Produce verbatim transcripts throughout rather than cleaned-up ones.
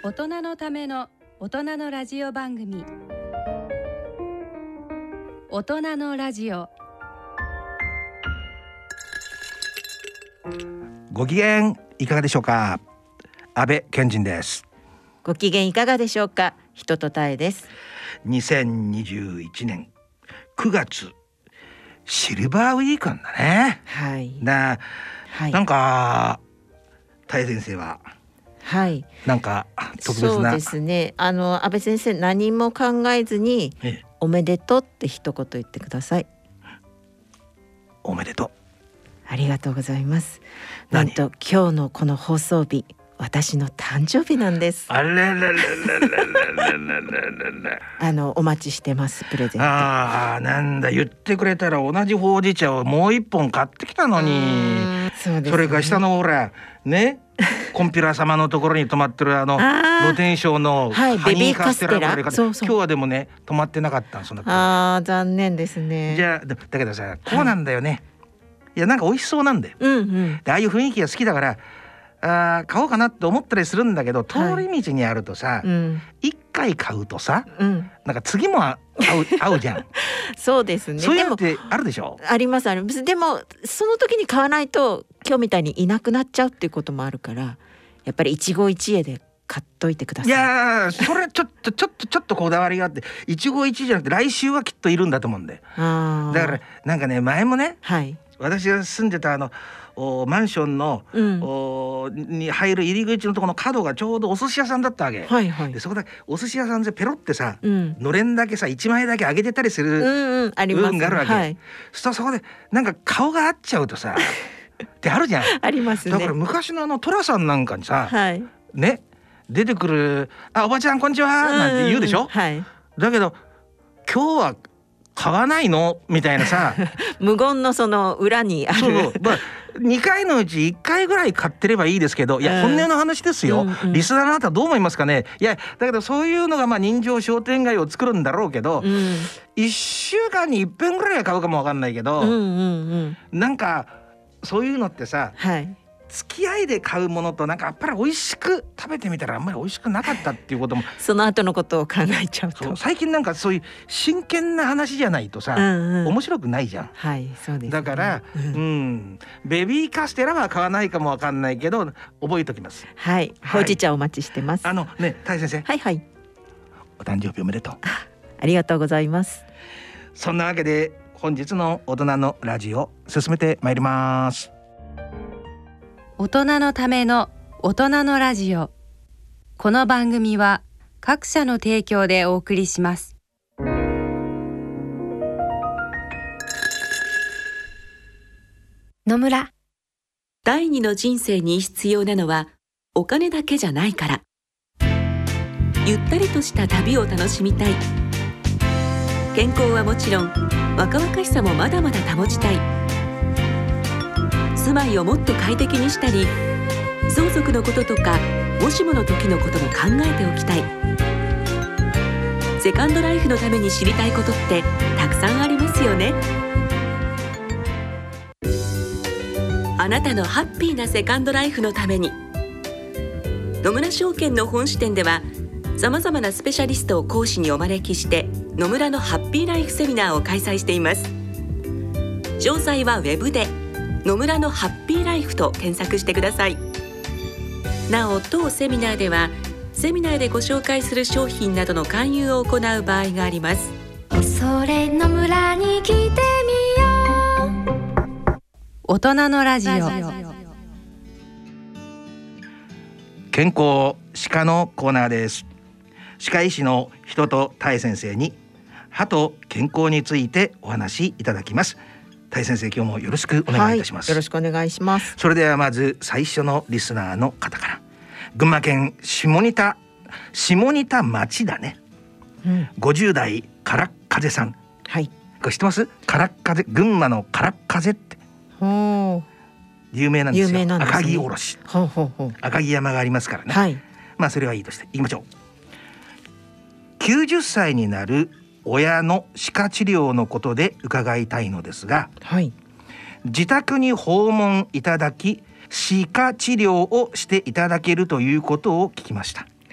大人のための大人のラジオ番組、大人のラジオ。 ご機嫌いかがでしょうか。安倍健人です。 ご機嫌いかがでしょうか。人とたえです。 にせんにじゅういちねんくがつ、シルバーウィークなんだね。 はいな、 はい、 なんかたえ先生ははい、 なんか特別な。 そうですね、あの安倍先生、何も考えずに、ええ、おめでとうって一言言ってください。 おめでとう。 ありがとうございます。なんと今日のこの放送日、私の誕生日なんです。 あれれれれれれれれあのお待ちしてます、プレゼント。 ああ、なんだ、言ってくれたら同じほうじ茶をもう一本買ってきたのに。 そうですね、 それから下のほらねコンピュラ様のところに泊まってるあの露天商のハニーカステラ、はい、そうそう、今日はでもね泊まってなかった。そんなあー残念ですね。 じゃあだけどさ、こうなんだよね、はい、いやなんか美味しそうなんだよ、うんうん、でああいう雰囲気が好きだからあ買おうかなって思ったりするんだけど、通り道にあるとさ、はい、うん、いっかい買うとさ、うん、なんか次も合う、合うじゃんそうですね。 そういうのってあるでしょ。 ありますあります。でもその時に買わないと今日みたいにいなくなっちゃうっていうこともあるから、やっぱり一期一会で買っといてください。 いやそれちょっとちょっとちょっとこだわりがあって、一期一会じゃなくて来週はきっといるんだと思うんで。あだからなんかね、前もね、はい、私が住んでたあのマンションの、うん、に入る入り口のところの角がちょうどお寿司屋さんだったわけ、はいはい、でそこでお寿司屋さんでペロってさ、うん、のれんだけさいちまいだけ上げてたりする部分があるわけ、はい、そそこでなんか顔が合っちゃうとさってあるじゃんありますね。 だから昔のあの寅さんなんかにさ、はい、ね出てくるあおばちゃんこんにちはなんて言うでしょ、うん、はい、だけど今日は買わないのみたいなさ無言のその裏にある。そう、 まあ、にかいのうちいっかいぐらい買ってればいいですけど、いや、うん、本音の話ですよ、うんうん、リスナーのあなたどう思いますかね。いやだけどそういうのがまあ人情商店街を作るんだろうけど、うん、いっしゅうかんにいっぺんぐらいは買うかもわかんないけど、うんうんうん、なんかそういうのってさ、はい、付き合いで買うものとなんかやっぱり美味しく食べてみたらあんまり美味しくなかったっていうこともその後のことを考えちゃうと、 最近なんかそういう真剣な話じゃないとさ、うんうん、面白くないじゃん。 はい、そうですね。 だから、うんうん、ベビーカステラは買わないかもわかんないけど覚えときます。 はい、ほうじ茶お待ちしてます。 あのね、たい先生、 はいはい、 お誕生日おめでとう。 あ, ありがとうございます。 そんなわけで本日の大人のラジオ進めてまいります。 大人のための大人のラジオ。この番組は各社の提供でお送りします。 野村。第二の人生に必要なのはお金だけじゃないから。ゆったりとした旅を楽しみたい。健康はもちろん若々しさもまだまだ保ちたい。住まいをもっと快適にしたり、相続のこととかもしもの時のことも考えておきたい。セカンドライフのために知りたいことってたくさんありますよね。あなたのハッピーなセカンドライフのために、野村証券の本支店ではさまざまなスペシャリストを講師にお招きして野村のハッピーライフセミナーを開催しています。詳細はウェブで野村のハッピーライフと検索してください。なお当セミナーではセミナーでご紹介する商品などの勧誘を行う場合があります。 それ野村に来てみよう。大人のラジオ。 健康歯科のコーナーです。歯科医師の人とたえ先生に歯と健康についてお話しいただきます。たい先生、今日もよろしくお願いいたします。 はい、よろしくお願いします。 それではまず最初のリスナーの方から、群馬県下仁田下仁田町だね、うん、ごじゅう代から風さん、はい、これ知ってます？から風、群馬のから風ってほう有名なんですよ。有名なんですね。赤城おろし、ほうほうほう、赤城山がありますからね、はい、まあそれはいいとしていきましょう。きゅうじゅっさいになる親の歯科治療のことで伺いたいのですが、はい、自宅に訪問いただき歯科治療をしていただけるということを聞きました。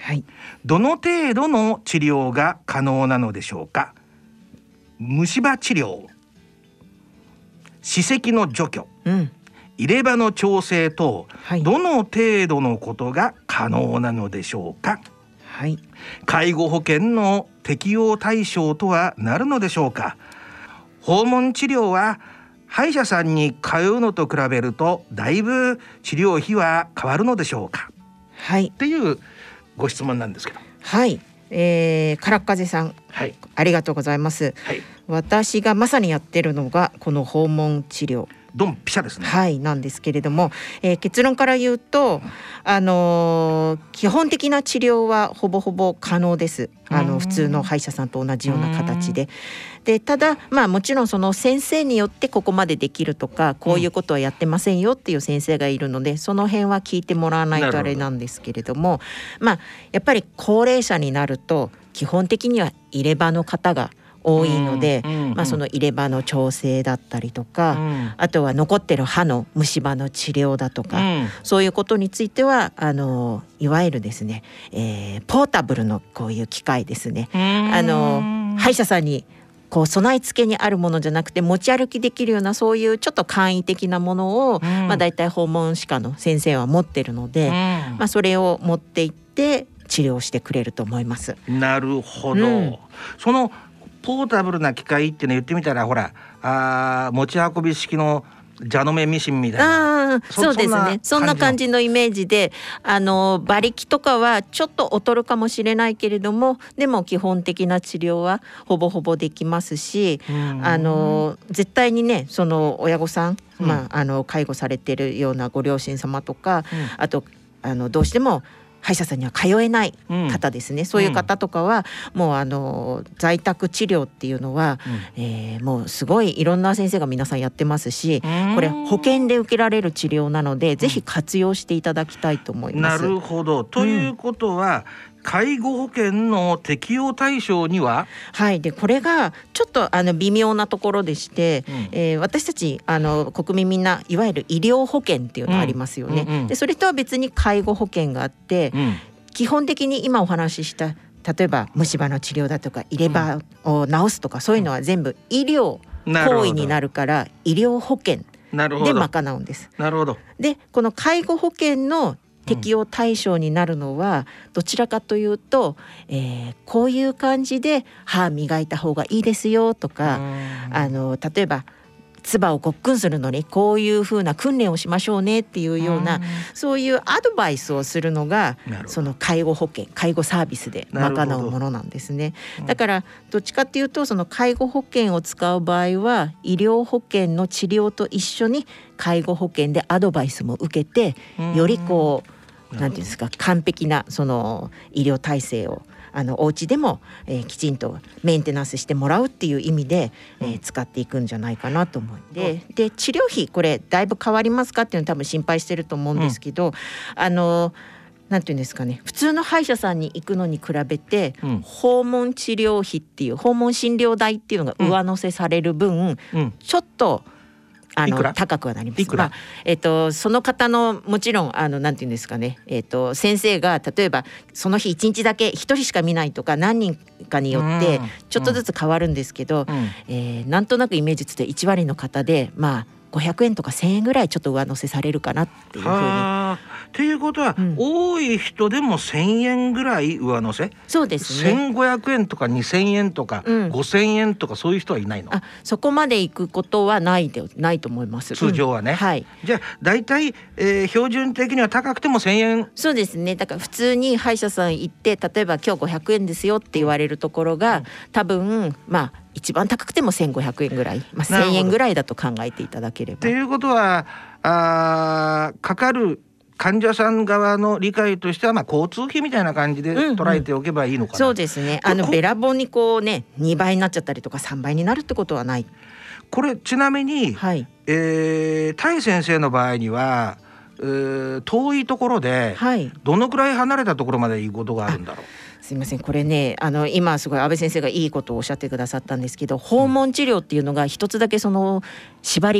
はい、 どの程度の治療が可能なのでしょうか。虫歯治療、歯石の除去、うん、入れ歯の調整等、はい、どの程度のことが可能なのでしょうか。はい、介護保険の適用対象とはなるのでしょうか。訪問治療は歯医者さんに通うのと比べるとだいぶ治療費は変わるのでしょうか。はい、っていうご質問なんですけど。 はい、えー、からっかぜさん、はい、ありがとうございます。はい、私がまさにやってるのがこの訪問治療。 ドンピシャですね。 はい、なんですけれども、えー、結論から言うと、あのー、基本的な治療はほぼほぼ可能です。あの普通の歯医者さんと同じような形で。でただまあもちろんその先生によってここまでできるとかこういうことはやってませんよっていう先生がいるので、その辺は聞いてもらわないとあれなんですけれども、まあやっぱり高齢者になると基本的には入れ歯の方が多いので、うんうんうん、まあ、その入れ歯の調整だったりとか、うん、あとは残ってる歯の虫歯の治療だとか、うん、そういうことについてはあのいわゆるですね、えー、ポータブルのこういう機械ですね、あの歯医者さんにこう備え付けにあるものじゃなくて持ち歩きできるようなそういうちょっと簡易的なものを、うん、まあ、だいたい訪問歯科の先生は持ってるので、うん、まあ、それを持って行って治療してくれると思います。 なるほど、うん、そのポータブルな機械っていうの言ってみたらほらあ持ち運び式の蛇の目ミシンみたいな、 あそそうですね、そんな感じのイメージで、あの馬力とかはちょっと劣るかもしれないけれども、でも基本的な治療はほぼほぼできますし、あの絶対にねその親御さん、うん、まあ、あの介護されてるようなご両親様とか、うん、あとあのどうしても歯医者さんには通えない方ですね、うん、そういう方とかはもうあの在宅治療っていうのは、うん、えー、もうすごいいろんな先生が皆さんやってますし、これ保険で受けられる治療なので、うん、ぜひ活用していただきたいと思います。 なるほど。ということは、うん、介護保険の適用対象には、 はい、でこれがちょっとあの微妙なところでして、うん、えー、私たちあの国民みんないわゆる医療保険っていうのありますよね、うんうんうん、でそれとは別に介護保険があって、うん、基本的に今お話しした例えば虫歯の治療だとか入れ歯を治すとか、うん、そういうのは全部医療行為になるから医療保険で賄うんです。 なるほど。 でこの介護保険の適用対象になるのはどちらかというと、えー、こういう感じで歯磨いた方がいいですよとか、あの例えば唾をごっくんするのにこういう風な訓練をしましょうねっていうような、そういうアドバイスをするのがその介護保険介護サービスで賄うものなんですね。だからどっちかっていうとその介護保険を使う場合は医療保険の治療と一緒に介護保険でアドバイスも受けて、よりこうなんていうんですか、完璧なその医療体制をあのお家でも、えー、きちんとメンテナンスしてもらうっていう意味で、えー、使っていくんじゃないかなと思う。で、で治療費これだいぶ変わりますかっていうの多分心配してると思うんですけど、うん、あのなんていうんですかね、普通の歯医者さんに行くのに比べて、うん、訪問治療費っていう訪問診療代っていうのが上乗せされる分、うん、ちょっとあの高くはなります。まあえー、とその方のもちろんあのなんていうんですかね、えー、と先生が例えばその日一日だけ一人しか見ないとか何人かによってちょっとずつ変わるんですけど、うんうん、えー、なんとなくイメージとしていち割の方でまあごひゃくえんとかせんえんぐらいちょっと上乗せされるかなっていうふうに。 ということは、うん、多い人でもせんえんぐらい上乗せ。 そうですね。 せんごひゃくえんとかにせんえんとか、うん、ごせんえんとかそういう人はいないの？ あ、そこまで行くことはないでないと思います。 通常はね。 うん、はい。 じゃあだいたい、えー、標準的には高くてもせんえん。 そうですね。だから普通に歯医者さん行って例えば今日ごひゃくえんですよって言われるところが、うん、多分まあ一番高くてもせんごひゃくえんぐらい、まあ、せんえんぐらいだと考えていただければ。 ということはあかかる患者さん側の理解としては、まあ、交通費みたいな感じで捉えておけばいいのかな、 うんうん、そうですね。あのべらぼうにこうねにばいになっちゃったりとかさんばいになるってことはない。 これちなみに、はい、えー、タイ先生の場合には、えー、遠いところで、はい、どのくらい離れたところまで行くことがあるんだろう。 すいません、これねあの今すごい安倍先生がいいことをおっしゃってくださったんですけど、訪問治療っていうのが一つだけその縛りが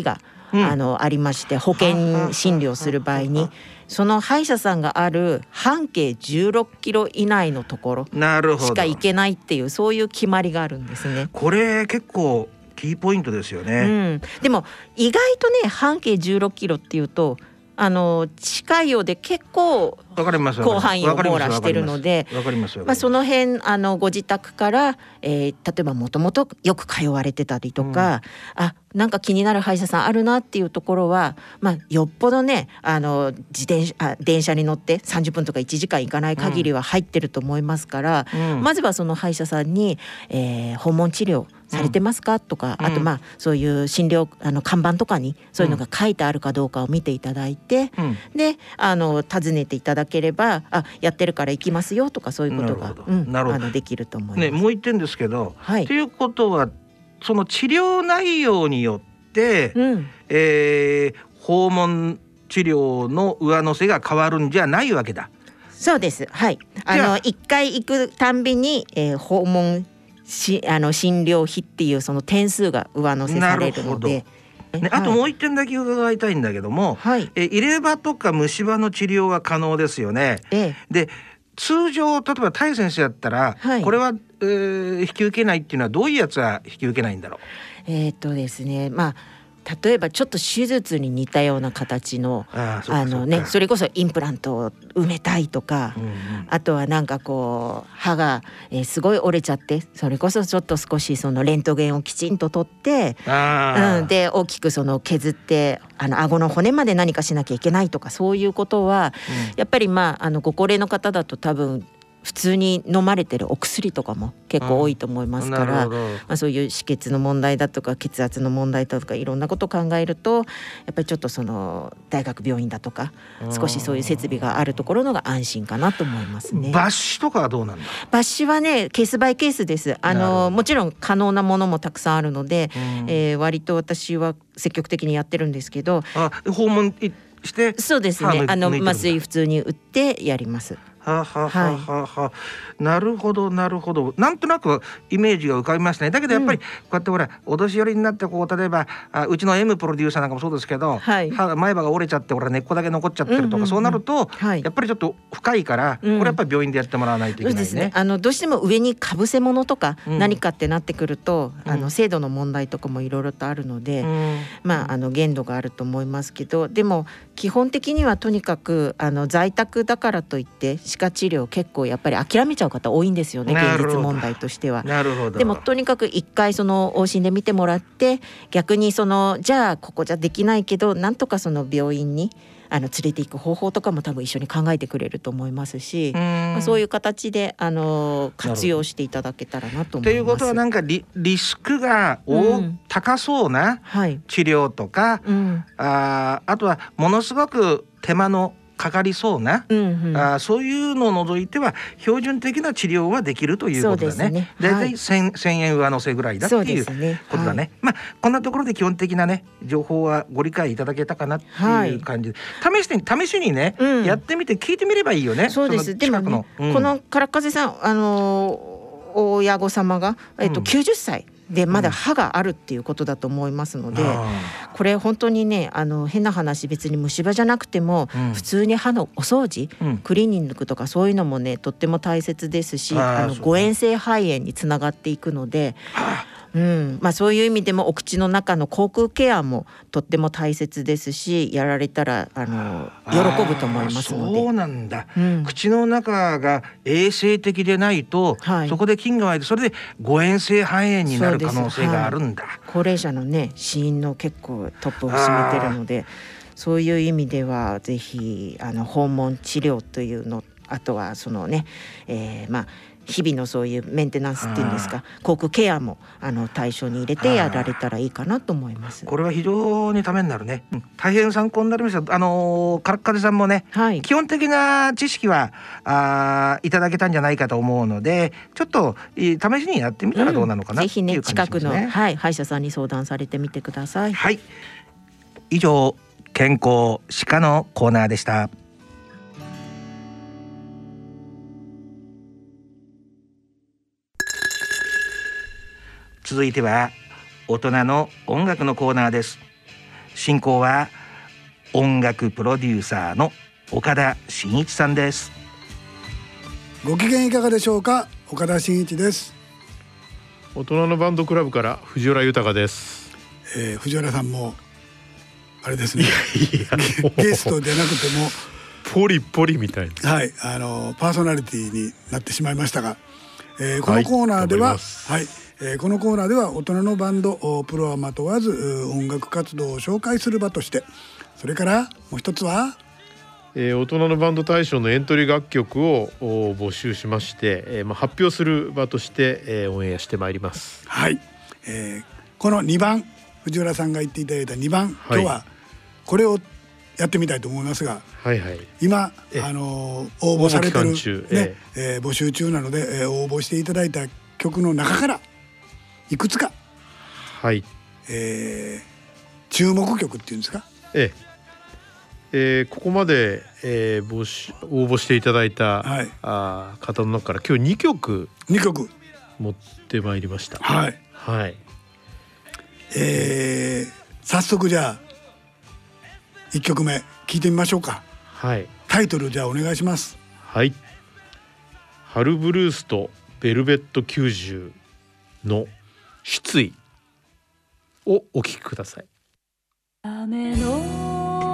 うん、あのありまして、保険診療する場合にその歯医者さんがある半径じゅうろっキロ以内のところしか行けないっていう、そういう決まりがあるんですね。 これ結構キーポイントですよね、 うん、でも意外とね半径じゅうろっキロっていうとあの近いようで結構広範囲を網羅してるので、まあその辺あのご自宅から、えー、例えばもともとよく通われてたりとか、うん、あなんか気になる歯医者さんあるなっていうところは、まあ、よっぽどねあの自転車あ電車に乗ってさんじゅっぷんとかいちじかん行かない限りは入ってると思いますから、うん、まずはその歯医者さんに、えー、訪問治療されてますかとか、うん、あとまあそういう診療あの看板とかにそういうのが書いてあるかどうかを見ていただいて、うん、であの尋ねていただければあやってるから行きますよとかそういうことが、うん、あのできると思います、ね、 もう一点ですけど、 はい、 ということはその治療内容によって、うんえー、訪問治療の上乗せが変わるんじゃないわけだ。 そうです、はい、あのいっかい行くたんびに、えー、訪問しあの診療費っていうその点数が上乗せされるので、 ね、あともう一点だけ伺いたいんだけども、はい、え入れ歯とか虫歯の治療は可能ですよね、ええ、で通常例えばタイ先生だったら、はい、これは、えー、引き受けないっていうのはどういうやつは引き受けないんだろう。 えー、っとですねまあ例えばちょっと手術に似たような形の あ, あのねそれこそインプラントを埋めたいとか、うんうん、あとはなんかこう歯が、えー、すごい折れちゃってそれこそちょっと少しそのレントゲンをきちんと取って、うん、で大きくその削ってあの顎の骨まで何かしなきゃいけないとかそういうことは、うん、やっぱりまああのご高齢の方だと多分普通に飲まれてるお薬とかも結構多いと思いますから、まあ、そういう止血の問題だとか血圧の問題だとかいろんなことを考えるとやっぱりちょっとその大学病院だとか少しそういう設備があるところのが安心かなと思いますね。 抜歯とかはどうなんだ。 抜歯はねケースバイケースです。あのもちろん可能なものもたくさんあるので、えー、割と私は積極的にやってるんですけど、 あ訪問してそうですねあの麻酔普通に打ってやります。 ははははは、なるほどなるほど、なんとなくイメージが浮かびますね。だけどやっぱりこうやってほら、うん、お年寄りになってこう例えばあうちの M プロデューサーなんかもそうですけど、はい、歯前歯が折れちゃって俺根っこだけ残っちゃってるとか、うんうんうん、そうなると、はい、やっぱりちょっと深いから、うん、これやっぱり病院でやってもらわないといけないね。 そうですね、あのどうしても上にかぶせ物とか何かってなってくると、うん、あの精度の問題とかもいろいろとあるので、うん、まああの限度があると思いますけど、でも基本的にはとにかくあの在宅だからといって歯科治療結構やっぱり諦めちゃう方多いんですよね、現実問題としては。 なるほど。 でもとにかく一回その往診で見てもらって、逆にそのじゃあここじゃできないけどなんとかその病院にあの連れていく方法とかも多分一緒に考えてくれると思いますし、まあ、そういう形であの活用していただけたらなと思います。ということはなんか リ, リスクが大、うん、高そうな治療とか、はいうん、あ, あとはものすごく手間のかかりそうな、うんうん、あそういうのを除いては標準的な治療はできるということだね。だいたい 1000, 1000円上乗せぐらいだっていうことだね、はい、まあこんなところで基本的なね情報はご理解いただけたかなっていう感じで、はい、試して試しにね、うん、やってみて聞いてみればいいよね。 そうです。でもね、うん、このからかぜさんあの親御様が、えっと、きゅうじゅっさいでまだ歯があるっていうことだと思いますので、うん、これ本当にねあの変な話別に虫歯じゃなくても、うん、普通に歯のお掃除、うん、クリーニングとかそういうのもねとっても大切ですし、あの誤嚥性肺炎につながっていくので、うんまあ、そういう意味でもお口の中の口腔ケアもとっても大切ですし、やられたらあの喜ぶと思いますので。 そうなんだ、うん、口の中が衛生的でないと、はい、そこで菌が湧いてそれで誤嚥性肺炎になる可能性があるんだ、はい、 高齢者のね死因の結構トップを占めてるので、そういう意味ではぜひあの訪問治療というの、あとはそのね、えー、まあ日々のそういうメンテナンスっていうんですか、口腔ケアもあの対象に入れてやられたらいいかなと思います。 これは非常にためになるね、うん、大変参考になりました。あのー、からっかぜさんもね、はい、基本的な知識はあいただけたんじゃないかと思うので、ちょっと試しにやってみたらどうなのかな、うん、ぜひね近くの、はい、歯医者さんに相談されてみてください。 はい、以上健康歯科のコーナーでした。続いては大人の音楽のコーナーです。 進行は音楽プロデューサーの岡田真一さんです。 ご機嫌いかがでしょうか。岡田真一です。 大人のバンドクラブから藤原豊です。 えー、藤原さんもあれですね。 いやいやゲストでなくてもポリポリみたいな、 はい、あのパーソナリティになってしまいましたが、えー、このコーナーでは、はい、はい、えー、このコーナーでは大人のバンドプロアマ問わず音楽活動を紹介する場として、それからもう一つは、 えー、大人のバンド大賞のエントリー楽曲を募集しまして、えーまあ、発表する場として、えー、オンエアしてまいります。 はい、えー、このにばん、藤原さんが言っていただいたにばん、はい、今日はこれをやってみたいと思いますが、 はいはい、 今あの応募されてる、 中ね、えー、募集中なので、えー、応募していただいた曲の中からいくつか、 はい、 えー、注目曲っていうんですか、 えええー、ここまで、えー、募集応募していただいた、はい、あ方の中から今日にきょくにきょく持ってまいりました。 はい、 はい、 えー、早速じゃあいっきょくめ聞いてみましょうか。 はい、 タイトルじゃあお願いします。 はい、春ブルースとベルベットきゅうじゅうの失意をお聞きください。 雨の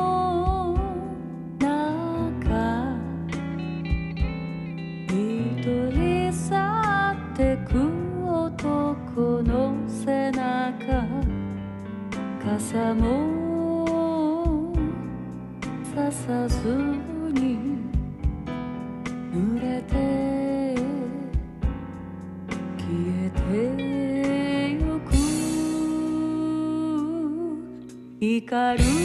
この背中、傘もささずに濡れて消えてゆく、光る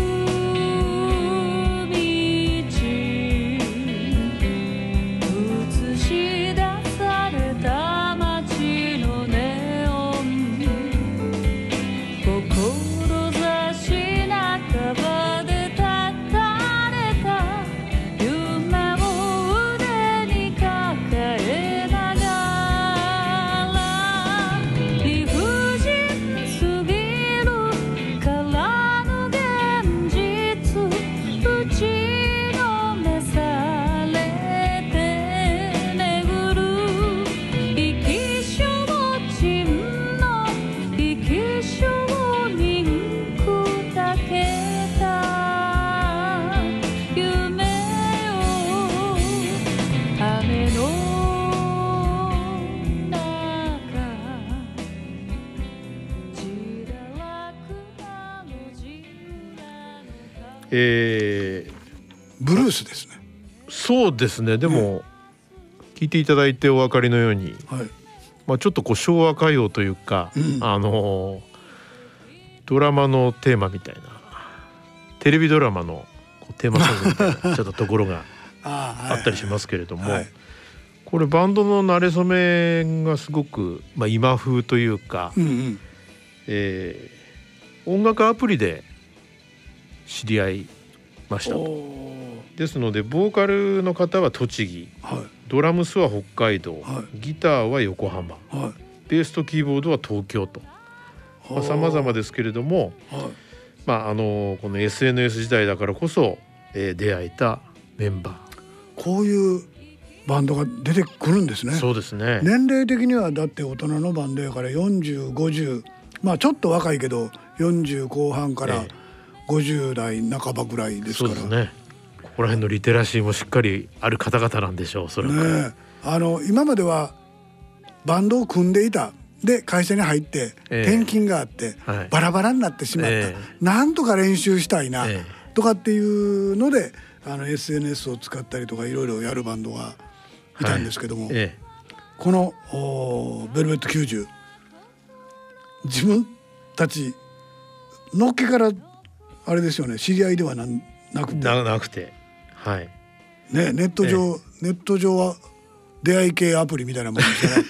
えー、 ブルースですね。 そうですね。でも、ね、聞いていただいてお分かりのように、はい、まあ、ちょっとこう昭和歌謡というか、うん、あのドラマのテーマみたいな、テレビドラマのこうテーマソングみたいなちょっとところがあったりしますけれども、はい、これバンドの馴れ初めがすごく、まあ、今風というか、うんうん、えー、音楽アプリで知り合いましたと。ですのでボーカルの方は栃木、はい、ドラムスは北海道、はい、ギターは横浜、はい、ベースとキーボードは東京と、まあ、様々ですけれども、はい、まあ、あのこの エスエヌエス 時代だからこそ、えー、出会えたメンバー、 こういうバンドが出てくるんですね。 そうですね。 年齢的にはだって大人のバンドやからよんじゅう、ごじゅう、まあちょっと若いけどよんじゅうこう半から、えーごじゅう代半ばぐらいですから。 そうですね。ここら辺のリテラシーもしっかりある方々なんでしょう。それはね、 あの今まではバンドを組んでいた、で会社に入って、えー、転勤があって、はい、バラバラになってしまった、えー、なんとか練習したいな、えー、とかっていうのであの エスエヌエス を使ったりとかいろいろやるバンドがいたんですけども、はい、えー、このベルベットきゅうじゅう、自分たちのっけからあれですよね、知り合いでは な, なくてな, なくて、はい、 ね、ネット上、ええ、ネット上は出会い系アプリみたいなもんですよね。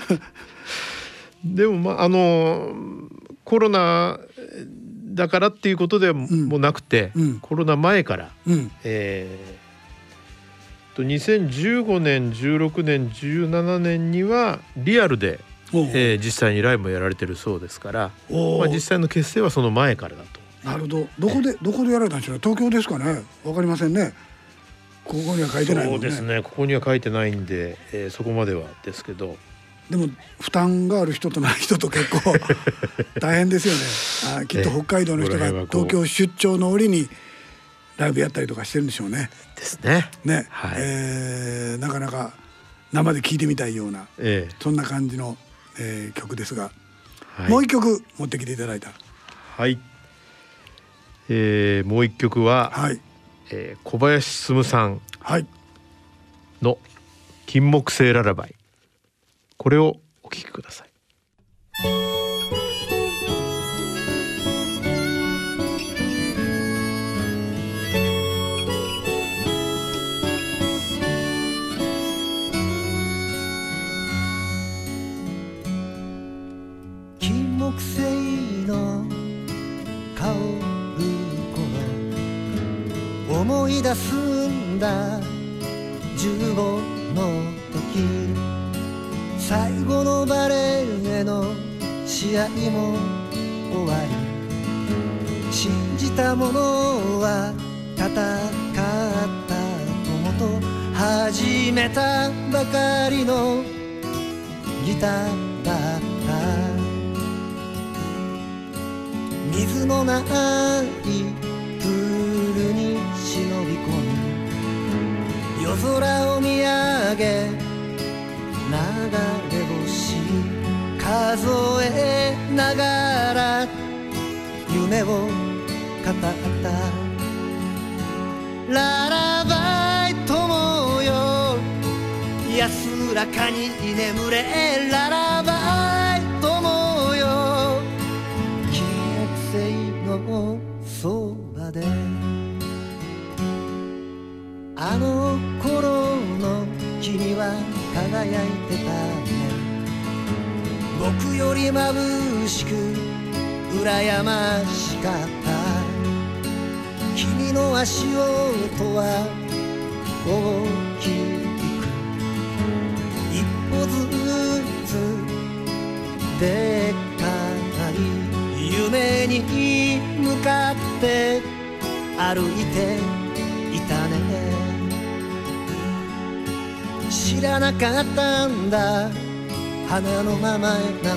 でもまああのコロナだからっていうことでもなくて、うん、コロナ前から、うん、えー、とにせんじゅうごねんじゅうろくねんじゅうななねんにはリアルで、えー、実際にライブもやられてるそうですから、まあ、実際の結成はその前からだとなるほど。どこでどこでやられたんでしょうね。東京ですかね。わかりませんね。ここには書いてないもんね。 そうですね。ここには書いてないんで、えー、そこまではですけど。 でも負担がある人とない人と結構大変ですよね。あ、きっと北海道の人が東京出張の折にライブやったりとかしてるんでしょうね。 ですね。 ね、 はい、 えー、なかなか生で聴いてみたいような、えー、そんな感じの、えー、曲ですが、はい、もう一曲持ってきていただいた。 はい。えー、もう一曲は、はい、えー、小林進さんの金木犀ララバイ。これをお聴きください。 金木犀の香る頃思い出すんだじゅうごの時、最後のバレーの試合も終わり、信じたものは戦った友と始めたばかりのギターだった。水のないプールに忍び込み、夜空を見上げ流れ星数えながら夢を語ったララバイ友よ、安らかに眠れララバイ友よ、金木犀のそばであの頃の君は輝いてたね。僕より眩しく羨ましかった。君の足音は大きく一歩ずつでっかい夢に向かって歩いていたね。知らなかったんだ花のままへなん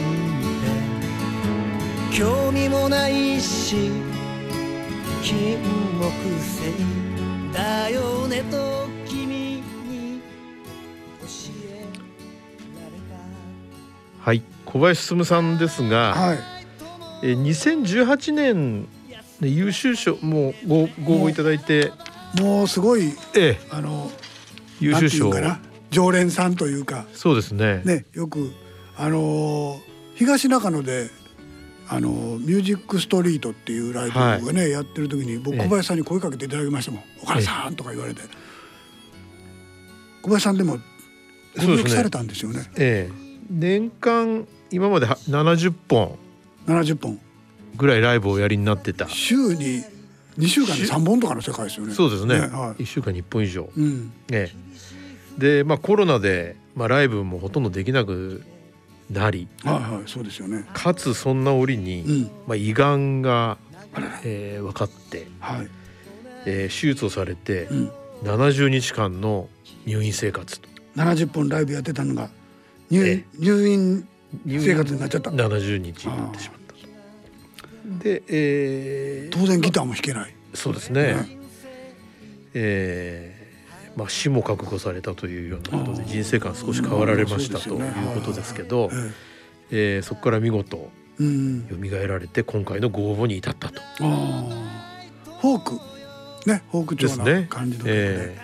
て、興味もないし金木犀だよねと君に教えられた。 はい、小林進さんですが、はい、えにせんじゅうはちねん優秀賞もごご応募いただいて、 もうすごい、ええ、あの優秀賞常連さんというか、 そうですね。 ね、よくあの東中野であのミュージックストリートっていうライブがね、はい、やってる時に僕小林さんに声かけていただきましたもん。岡田さんとか言われて、小林さんでもご協力されたんですよね。 ええ、年間今までななじゅっぽんななじゅっぽんぐらいライブをおやりになってた。 週ににしゅうかんでさんぼんとかの世界ですよね。 そうですね、ね、はい、いっしゅうかんにいっぽん以上、うん、ええで、まあ、コロナで、まあ、ライブもほとんどできなくなり、 はいはい、そうですよね。 かつそんな折に、うん、まあ、胃がんが、えー、分かって、はい、えー、手術をされて、うん、ななじゅうにちかんの入院生活と。 ななじゅっぽんライブやってたのが 入,、えー、入院生活になっちゃった。 ななじゅうにちになってしまったと。で、えー、当然ギターも弾けない。 そうですね、ね、えーまあ、死も覚悟されたというようなことで人生観少し変わられましたということですけど、えー、そこから見事蘇られて今回のご応募に至ったと。 あ、フォークね、フォーク調な感じの曲で、え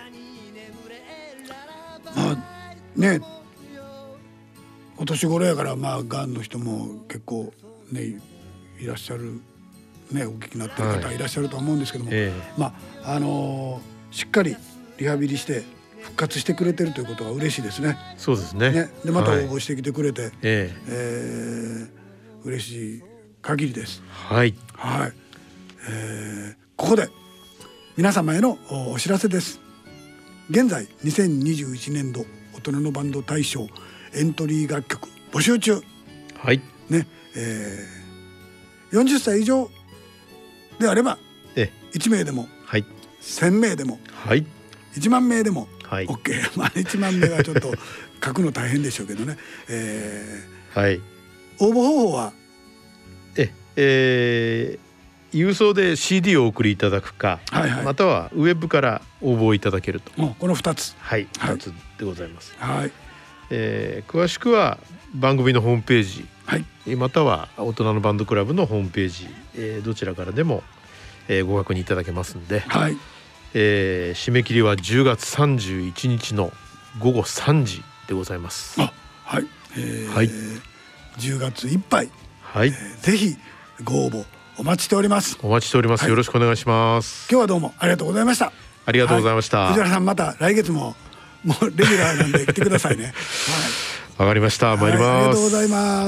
ー、まあね、お年頃やからまあがんの人も結構ねいらっしゃるね、お聞きになってる方いらっしゃると思うんですけども、はい、えー、まああのー、しっかりリハビリして復活してくれてるということは嬉しいですね。 そうですね。ね、 でまた応募してきてくれて、はい、えーえー、嬉しい限りです。 はいはい、えー、ここで皆様へのお知らせです。現在にせんにじゅういちねんど大人のバンド大賞エントリー楽曲募集中。 はい。 ね、えー、よんじゅっさい以上であればえいち名でも、 はい、 せん名でも、 はい、 いちまん名でも、 はい、 OK まあいちまん名はちょっと書くの大変でしょうけどね、えーはい、 応募方法はえ、えー、郵送で シーディー をお送りいただくか、はいはい、またはウェブから応募いただけると、 もうこのふたつ、 はい、ふたつでございます、 はい、 えー、詳しくは番組のホームページ、はい、または大人のバンドクラブのホームページ、えー、どちらからでも、えー、ご確認いただけますので、はい、えー、締め切りはじゅうがつさんじゅういちにちのごごさんじでございます。 あ、はい、えーはい、 じゅうがついっぱい、 はい、えー、ぜひご応募お待ちしております。 お待ちしております、はい、よろしくお願いします。 今日はどうもありがとうございました。 ありがとうございました、 はい、藤原さんまた来月ももうレギュラーなんで来てくださいね。はい、 わかりました。参ります、はい、 ありがとうございます。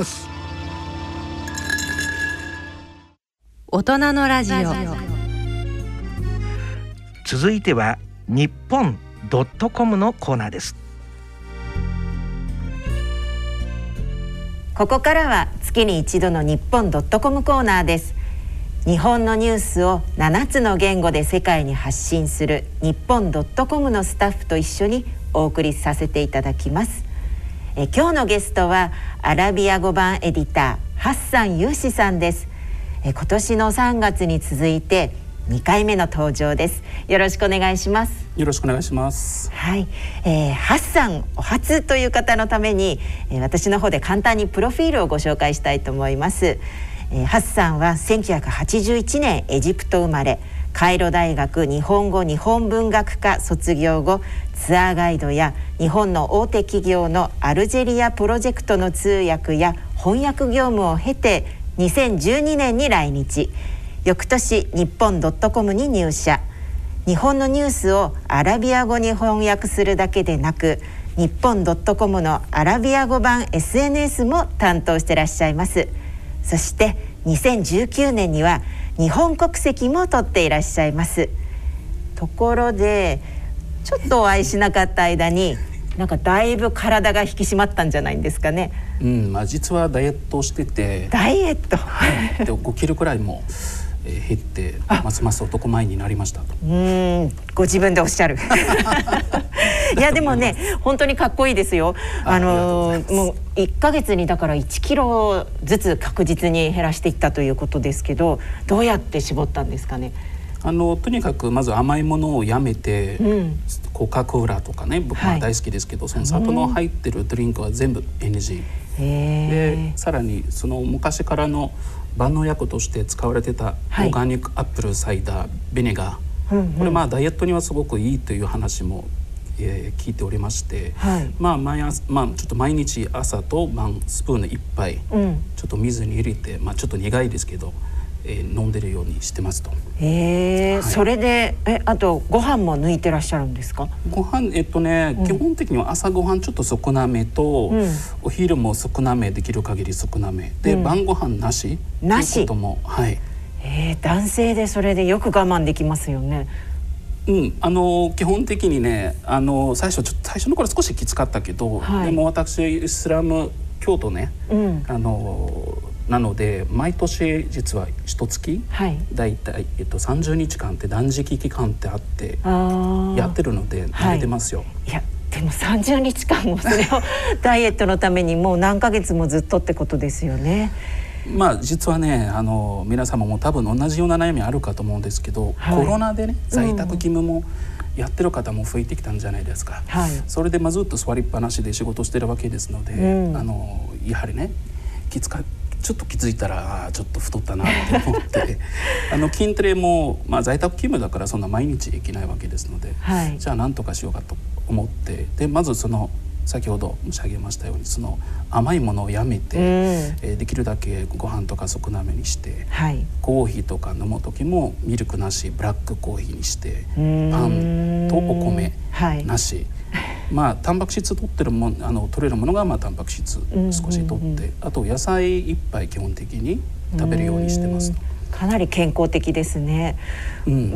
大人のラジオ。 続いては日本ドットコムのコーナーです。 ここからは月に一度の日本ドットコムコーナーです。日本のニュースをななつの言語で世界に発信する日本ドットコムのスタッフと一緒にお送りさせていただきます。え今日のゲストはアラビア語版エディターハッサン・ユーシさんです。え今年のさんがつに続いてにかいめの登場です。よろしくお願いします。 よろしくお願いします。 はい、えー、ハッサンお初という方のために、えー、私の方で簡単にプロフィールをご紹介したいと思います。えー、ハッサンはせんきゅうひゃくはちじゅういちねんエジプト生まれ、カイロ大学日本語日本文学科卒業後、ツアーガイドや日本の大手企業のアルジェリアプロジェクトの通訳や翻訳業務を経てにせんじゅうにねんに来日、翌年日本ドットコムに入社。日本のニュースをアラビア語に翻訳するだけでなく、日本ドットコムのアラビア語版 エスエヌエス も担当してらっしゃいます。そしてにせんじゅうきゅうねんには日本国籍も取っていらっしゃいます。ところでちょっとお会いしなかった間になんかだいぶ体が引き締まったんじゃないんですかね。 うん、まあ、実はダイエットをしてて、 ダイエットでごキロくらいも減ってますます男前になりましたと。 うーん、ご自分でおっしゃるいやでもね本当にかっこいいですよ。あ、あのー、もういっかげつにだからいちキロずつ確実に減らしていったということですけど、どうやって絞ったんですかね。 あのとにかくまず甘いものをやめて、うん、コカ・コーラとかね、僕は大好きですけど、はい、その砂糖の入ってるドリンクは全部 エヌジー、でさらにその昔からの万能薬として使われてたオーガニックアップルサイダー、ビネガー、うんうん、これまあダイエットにはすごくいいという話も、えー、聞いておりまして、はい、まあ毎朝、まあ、ちょっと毎日朝と晩スプーンいっぱい、うん、ちょっと水に入れて、まあ、ちょっと苦いですけど、えー、飲んでるようにしてますと。 へえ、はい、それでえあとご飯も抜いてらっしゃるんですか。 ご飯えっとね、うん、基本的には朝ご飯ちょっと少なめと、うん、お昼も少なめ、できる限り少なめで、うん、晩ご飯なしなしということも、はい、 えー、男性でそれでよく我慢できますよね。 うん、あの基本的にね、あの最初ちょっと最初の頃少しきつかったけど、はい、でも私イスラム教徒ね、うん、あのなので毎年実は一月、はい、だいたい、えっと、さんじゅうにちかんって断食期間ってあってやってるので慣れてますよ。 はい、いやでもさんじゅうにちかんもそれをダイエットのためにもう何ヶ月もずっとってことですよね。 まあ実はね、あの皆様も多分同じような悩みあるかと思うんですけど、はい、コロナでね在宅勤務もやってる方も増えてきたんじゃないですか。はい、それでまあずっと座りっぱなしで仕事してるわけですので、うん、あのやはりねきつかちょっと気づいたらちょっと太ったなと思ってあの筋トレも、まあ、在宅勤務だからそんな毎日できないわけですので、はい、じゃあ何とかしようかと思って、でまずその先ほど申し上げましたようにその甘いものをやめて、うん、えー、できるだけご飯とか少なめにして、はい、コーヒーとか飲む時もミルクなしブラックコーヒーにして、パンとお米なし、はい、まあタンパク質取ってるもあの取れるものがまあタンパク質少し取って、うんうんうん、あと野菜いっぱい基本的に食べるようにしてますと。 かなり健康的ですね。うん、うん、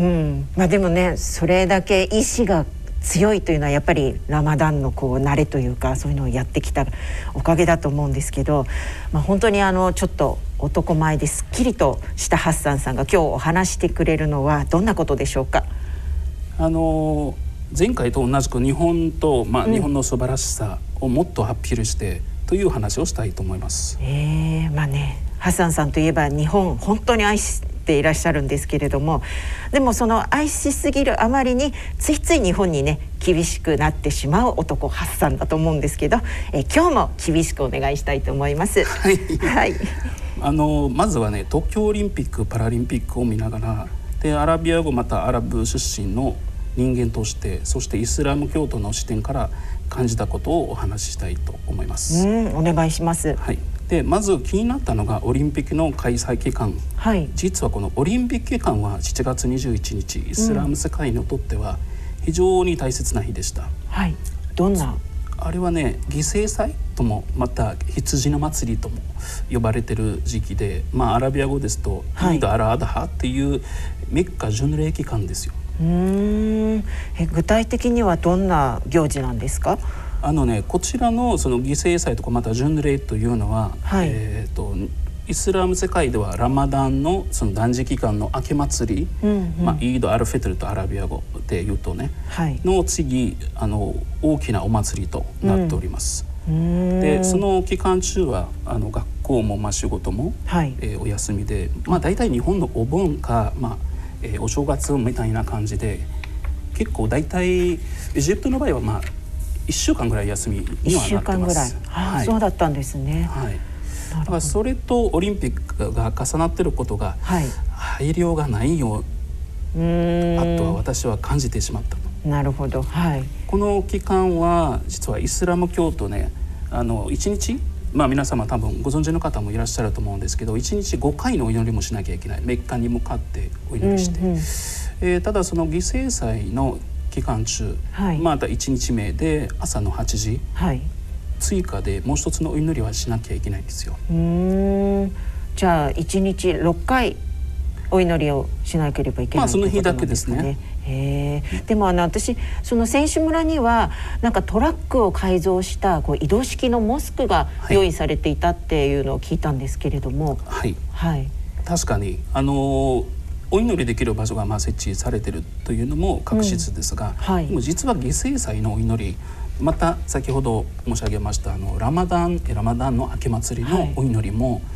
まあでもねそれだけ意志が強いというのはやっぱりラマダンのこう慣れというかそういうのをやってきたおかげだと思うんですけど、まあ、本当にあのちょっと男前ですっきりとしたハッサンさんが今日お話してくれるのはどんなことでしょうか。 あの前回と同じく日本と、まあ、日本の素晴らしさをもっとアピールしてという話をしたいと思います。 えー、まあね、ハッサンさんといえば日本本当に愛していらっしゃるんですけれども、でもその愛しすぎるあまりについつい日本にね厳しくなってしまう男ハッサンだと思うんですけど、え今日も厳しくお願いしたいと思います。 はい、 はい、 あのまずはね東京オリンピック・パラリンピックを見ながらでアラビア語またアラブ出身の人間としてそしてイスラム教徒の視点から感じたことをお話ししたいと思います。 うん、お願いします。 はい、でまず気になったのがオリンピックの開催期間、はい、実はこのオリンピック期間はしちがつにじゅういちにちイスラム世界にとっては非常に大切な日でした。 はい、どんなあれはね犠牲祭ともまた羊の祭りとも呼ばれている時期で、まあ、アラビア語ですと、はい、イード・アル・アダハっていうメッカ巡礼期間ですよ。 うーんえ具体的にはどんな行事なんですか。 あのねこちらのその犠牲祭とかまた巡礼というのは、はい、えーとイスラム世界ではラマダンのその断食期間の明け祭り、うんうんまあ、イード・アル・フェトルとアラビア語で言うとね、はい、の次あの大きなお祭りとなっております。うん、でその期間中はあの学校もまあ仕事も、はいえー、お休みで、まあ、大体日本のお盆か、まあえー、お正月みたいな感じで結構大体エジプトの場合はまあいっしゅうかんぐらい休みにはなってます。いっしゅうかんぐらい、 はい、そうだったんですね。 はいだからそれとオリンピックが重なっていることが、はい、配慮がないようあとは私は感じてしまったの。 なるほど、はい、 この期間は実はイスラム教徒ねあのいちにち、まあ、皆様多分ご存知の方もいらっしゃると思うんですけどいちにちごかいのお祈りもしなきゃいけない。メッカに向かってお祈りして、うんうんえー、ただその犠牲祭の期間中、はい、またいちにちめで朝のはちじ、はい追加でもう一つのお祈りはしなきゃいけないんですよ。 うーんじゃあいちにちろっかいお祈りをしなければいけない、 まあ、その日だけですね。 へーでもあの私その選手村にはなんかトラックを改造したこう移動式のモスクが用意されていたっていうのを聞いたんですけれども、 はい、はい、確かにあのーお祈りできる場所がまあ設置されているというのも確実ですが、うんはい、でも実は犠牲祭のお祈りまた先ほど申し上げましたあのラマダンラマダンの明け祭りのお祈りも、はい、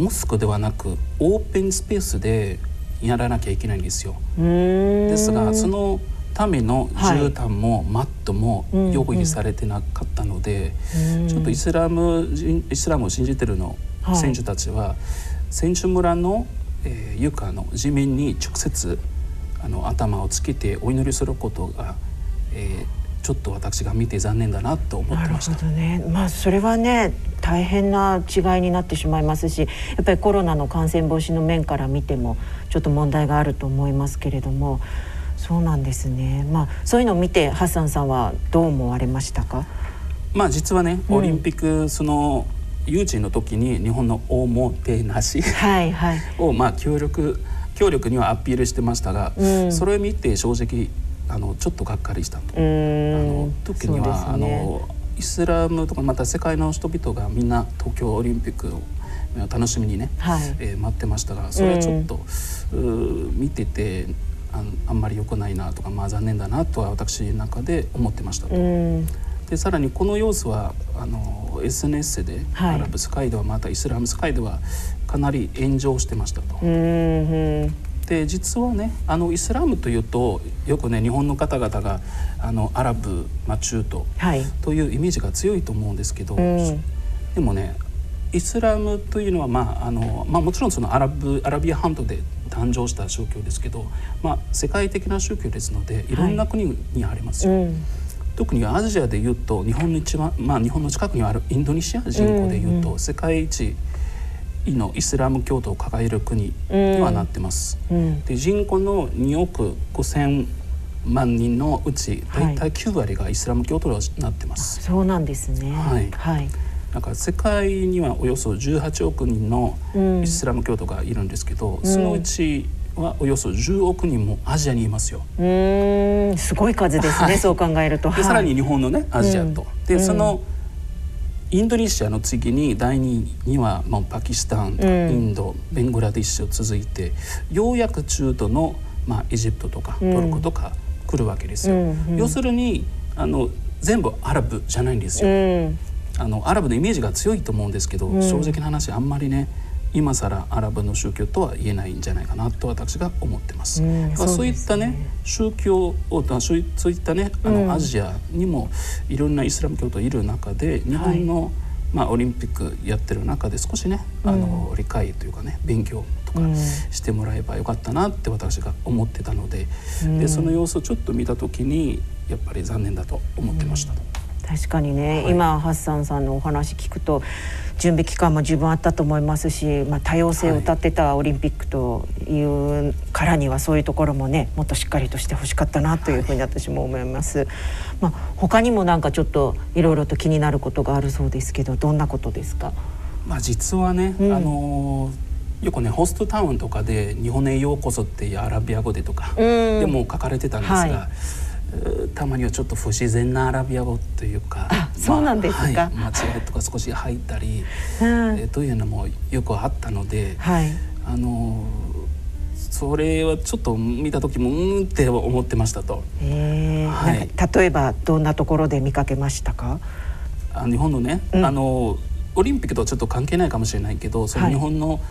モスクではなくオープンスペースでやらなきゃいけないんですよ。ですがそのための絨毯もマットも用意されてなかったので、はい、ちょっとイスラムイスラムを信じてるの選手たちは、はい、選手村の、えー、床の地面に直接あの頭をつけてお祈りすることが、えーちょっと私が見て残念だなと思ってました。 なるほどね。まあそれはね大変な違いになってしまいますしやっぱりコロナの感染防止の面から見てもちょっと問題があると思いますけれどもそうなんですね。まあそういうのを見てハッサンさんはどう思われましたか。 まあ実はねオリンピック、うん、その誘致の時に日本のおもてなしはいはい、 をまあ協力協力にはアピールしてましたが、うん、それを見て正直あのちょっとがっかりしたと。あの時には、ね、あのイスラムとかまた世界の人々がみんな東京オリンピックを楽しみにね、はいえー、待ってましたがそれはちょっと、うん、見てて あ, あんまり良くないなとか、まあ、残念だなとは私の中で思ってましたと。うんでさらにこの様子はあの エスエヌエス で、はい、アラブ世界ではまたイスラム世界ではかなり炎上してましたと。うんで実はねあのイスラムというとよくね日本の方々があのアラブ、まあ、中東、はい、というイメージが強いと思うんですけど、うん、でもねイスラムというのは、まああのまあ、もちろんそのアラブアラビア半島で誕生した宗教ですけど、まあ、世界的な宗教ですのでいろんな国にありますよ。はいうん特にアジアでいうと日本の一番、まあ、日本の近くにあるインドネシア人口でいうと、うんうん、世界一のイスラム教徒を抱える国にはなってます、うん、で人口のにおくごせんまんにんのうち大体きゅうわりがイスラム教徒になってます、 はい、そうなんですね、 はいはい、なんか世界にはおよそじゅうはちおくにんのイスラム教徒がいるんですけど、うん、そのうちはおよそじゅうおくにんもアジアにいますよ。 うーんすごい数ですね、はい、そう考えると。 でさらに日本のねアジアと、うん、でそのインドネシアの次にだいにいにはもうパキスタン、うん、インド、ベングラディッシュ続いて、ようやく中東の、まあ、エジプトとかトルコとか来るわけですよ。うんうん、要するにあの全部アラブじゃないんですよ。うん、あのアラブのイメージが強いと思うんですけど、うん、正直な話あんまりね今更アラブの宗教とは言えないんじゃないかなと私が思ってます。うん、そう、そういったね宗教をそういったねあの、うん、アジアにもいろんなイスラム教徒いる中で日本の、はい、まあ、オリンピックやってる中で少しね、うん、あの理解というかね勉強とかしてもらえばよかったなって私が思ってたので、うん、でその様子をちょっと見た時にやっぱり残念だと思ってました。うん、 確かにね、はい、今ハッサンさんのお話聞くと準備期間も十分あったと思いますし、まあ、多様性を謳ってたオリンピックというからにはそういうところもねもっとしっかりとしてほしかったなというふうに私も思います。はい、まあ、他にもなんかちょっといろいろと気になることがあるそうですけど、どんなことですか？ まあ、実はね、うん、あのよくねホストタウンとかで日本へようこそっていうアラビア語でとかでも書かれてたんですが、はい、たまにはちょっと不自然なアラビア語というか、 あ、そうなんですか、 まあ、はい、間違いとか少し入ったり、うん、えというのもよくあったので、はい、あのそれはちょっと見た時もうんって思ってましたと。 えーはい、なんか例えばどんなところで見かけましたか？ あ日本のね、うん、あのオリンピックとはちょっと関係ないかもしれないけど、その日本の、はい、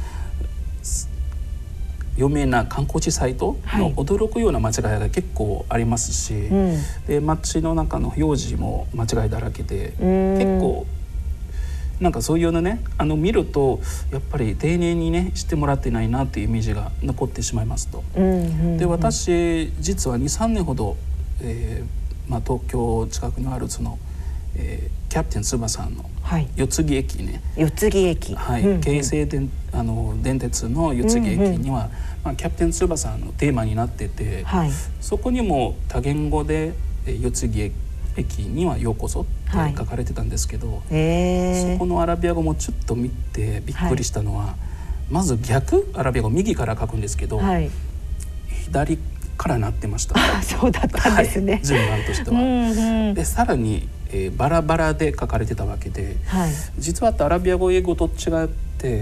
有名な観光地サイトの驚くような間違いが結構ありますし、はい、うん、で街の中の表示も間違いだらけで、結構なんかそういうのねあの見るとやっぱり丁寧にねしてもらってないなっていうイメージが残ってしまいますと。うんうんうん、で私実は にさんねんほど、えーまあ、東京近くにあるその、えー、キャプテン翼の四つ木駅ね、 四つ木駅、 はい、うんうん、京成電あの電鉄の四つ木駅には、うんうん、まあ、キャプテン翼のテーマになってて、はい、そこにも多言語で四つ木駅にはようこそって書かれてたんですけど、はい、えー、そこのアラビア語もちょっと見てびっくりしたのは、はい、まず逆アラビア語右から書くんですけど、はい、左からなってました。 あ、そうだったんですね、 はい、順番としては。うんうん、でさらに、えー、バラバラで書かれてたわけで、はい、実はアラビア語英語と違って、